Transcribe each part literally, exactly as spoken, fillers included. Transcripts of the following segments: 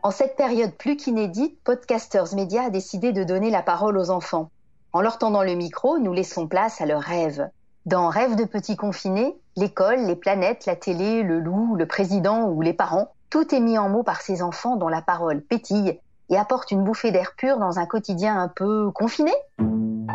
En cette période plus qu'inédite, Podcasters Media a décidé de donner la parole aux enfants. En leur tendant le micro, nous laissons place à leurs rêves. Dans Rêves de petits confinés, l'école, les planètes, la télé, le loup, le président ou les parents, tout est mis en mots par ces enfants dont la parole pétille et apporte une bouffée d'air pur dans un quotidien un peu confiné. Euh,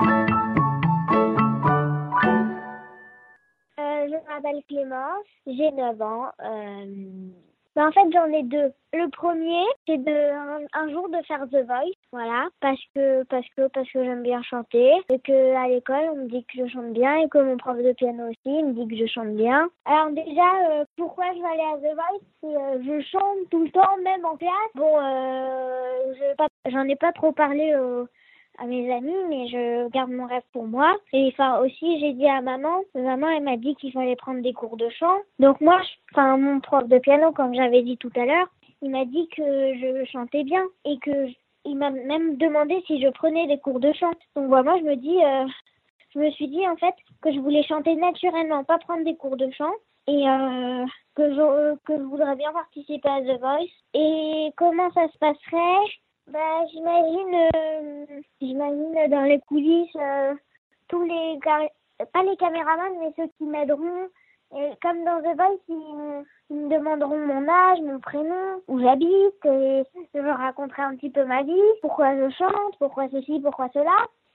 je m'appelle Clémence, j'ai neuf ans. Euh... Ben, en fait, j'en ai deux. Le premier, c'est de un, un jour de faire The Voice, voilà, parce que parce que parce que j'aime bien chanter et que à l'école on me dit que je chante bien et que mon prof de piano aussi me dit que je chante bien. Alors déjà, euh, pourquoi je vais aller à The Voice, c'est euh, je chante tout le temps, même en classe. Bon, euh, je, pas, j'en ai pas trop parlé au à mes amis, mais je garde mon rêve pour moi. Et enfin aussi, j'ai dit à maman, maman elle m'a dit qu'il fallait prendre des cours de chant. Donc moi, enfin mon prof de piano, comme j'avais dit tout à l'heure, il m'a dit que je chantais bien et que il m'a même demandé si je prenais des cours de chant. Donc voilà, moi je me dis, euh, je me suis dit en fait que je voulais chanter naturellement, pas prendre des cours de chant. Et euh, que, je, euh, que je voudrais bien participer à The Voice. Et comment ça se passerait? Bah, j'imagine, euh, j'imagine dans les coulisses, euh, tous les, car- pas les caméramans, mais ceux qui m'aideront. Et comme dans The Voice, ils, ils me demanderont mon âge, mon prénom, où j'habite, et je leur raconterai un petit peu ma vie, pourquoi je chante, pourquoi ceci, pourquoi cela.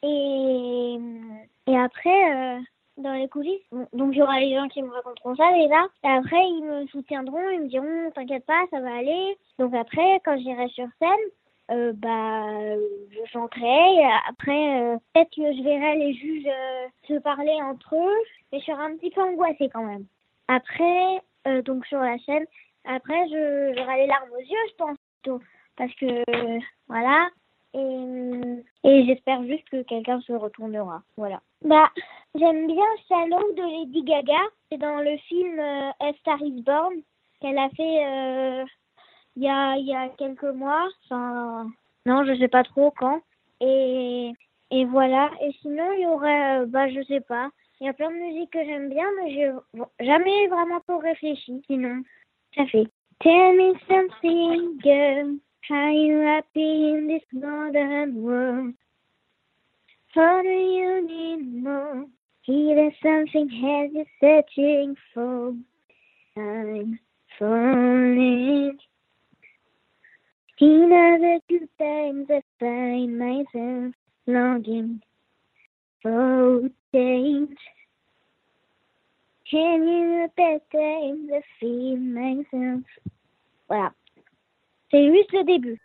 Et, et après, euh, dans les coulisses, donc il y aura les gens qui me raconteront ça déjà. Et après, ils me soutiendront, ils me diront, t'inquiète pas, ça va aller. Donc après, quand j'irai sur scène, Euh, bah, je chanterai. Après, euh, peut-être que je verrai les juges euh, se parler entre eux, mais je serai un petit peu angoissée quand même. Après, euh, donc sur la scène, après, je, j'aurai les larmes aux yeux, je pense, plutôt, parce que, euh, voilà, et, et j'espère juste que quelqu'un se retournera, voilà. Bah, j'aime bien Shallow de Lady Gaga, c'est dans le film euh, A Star is Born, qu'elle a fait... Euh, Il y a, il y a quelques mois, enfin, non, je sais pas trop quand. Et, et voilà. Et sinon, il y aurait, bah, je sais pas. Il y a plein de musiques que j'aime bien, mais j'ai bon, jamais vraiment trop réfléchi. Sinon, ça fait. Tell me something, girl. How you happy in this modern world? How do you need more? Is there something else you're searching for? I'm falling. In other two times I find myself longing for change. And in other times I feel myself. Voilà. C'est juste le début.